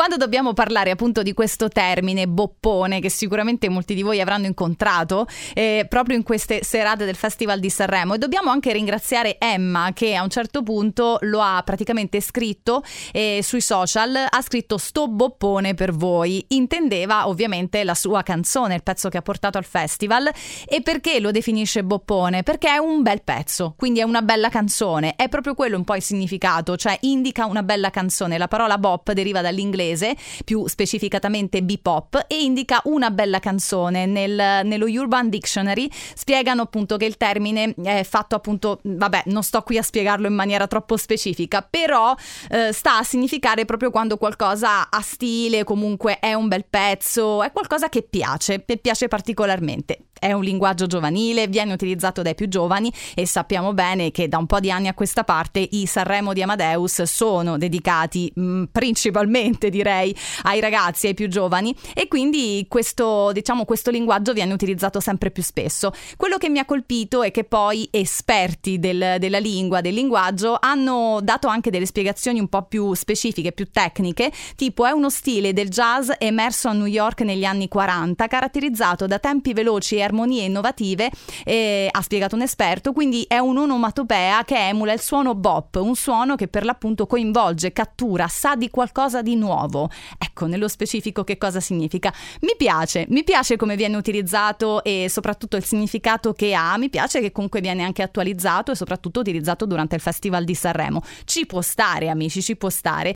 quando dobbiamo parlare appunto di questo termine boppone, che sicuramente molti di voi avranno incontrato proprio in queste serate del Festival di Sanremo, e dobbiamo anche ringraziare Emma, che a un certo punto lo ha praticamente scritto sui social, ha scritto "sto boppone per voi", intendeva ovviamente la sua canzone, il pezzo che ha portato al festival. E perché lo definisce boppone? Perché è un bel pezzo, quindi è una bella canzone, è proprio quello un po' il significato, cioè indica una bella canzone. La parola bop deriva dall'inglese, più specificatamente bebop, e indica una bella canzone. Nello Urban Dictionary spiegano appunto che il termine è fatto appunto, vabbè, non sto qui a spiegarlo in maniera troppo specifica, però sta a significare proprio quando qualcosa ha stile, comunque è un bel pezzo, è qualcosa che piace particolarmente. È un linguaggio giovanile, viene utilizzato dai più giovani e sappiamo bene che da un po' di anni a questa parte i Sanremo di Amadeus sono dedicati principalmente, direi, ai ragazzi, ai più giovani, e quindi questo linguaggio viene utilizzato sempre più spesso. Quello che mi ha colpito è che poi esperti della lingua, del linguaggio, hanno dato anche delle spiegazioni un po' più specifiche, più tecniche, tipo è uno stile del jazz emerso a New York negli anni 40, caratterizzato da tempi veloci e armonie innovative, ha spiegato un esperto, quindi è un'onomatopea che emula il suono bop, un suono che per l'appunto coinvolge, cattura, sa di qualcosa di nuovo. Ecco, nello specifico che cosa significa? Mi piace come viene utilizzato e soprattutto il significato che ha. Mi piace che comunque viene anche attualizzato e soprattutto utilizzato durante il Festival di Sanremo. Ci può stare, amici, ci può stare.